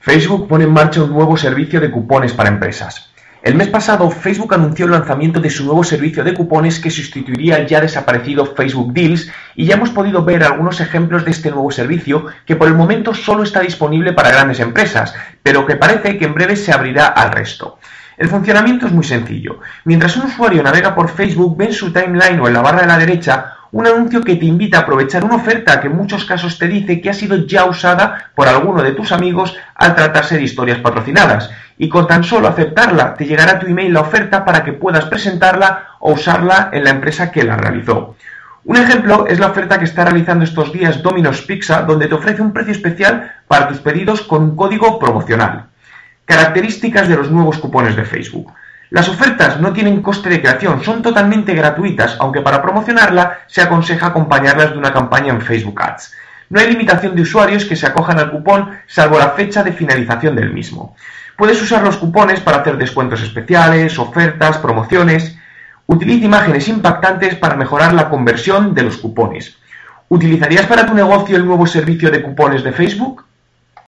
Facebook pone en marcha un nuevo servicio de cupones para empresas. El mes pasado, Facebook anunció el lanzamiento de su nuevo servicio de cupones que sustituiría el ya desaparecido Facebook Deals, y ya hemos podido ver algunos ejemplos de este nuevo servicio que por el momento solo está disponible para grandes empresas, pero que parece que en breve se abrirá al resto. El funcionamiento es muy sencillo. Mientras un usuario navega por Facebook, ve en su timeline o en la barra de la derecha un anuncio que te invita a aprovechar una oferta que en muchos casos te dice que ha sido ya usada por alguno de tus amigos al tratarse de historias patrocinadas, y con tan solo aceptarla te llegará a tu email la oferta para que puedas presentarla o usarla en la empresa que la realizó. Un ejemplo es la oferta que está realizando estos días Domino's Pizza, donde te ofrece un precio especial para tus pedidos con un código promocional. Características de los nuevos cupones de Facebook. Las ofertas no tienen coste de creación, son totalmente gratuitas, aunque para promocionarla se aconseja acompañarlas de una campaña en Facebook Ads. No hay limitación de usuarios que se acojan al cupón, salvo la fecha de finalización del mismo. Puedes usar los cupones para hacer descuentos especiales, ofertas, promociones. Utiliza imágenes impactantes para mejorar la conversión de los cupones. ¿Utilizarías para tu negocio el nuevo servicio de cupones de Facebook?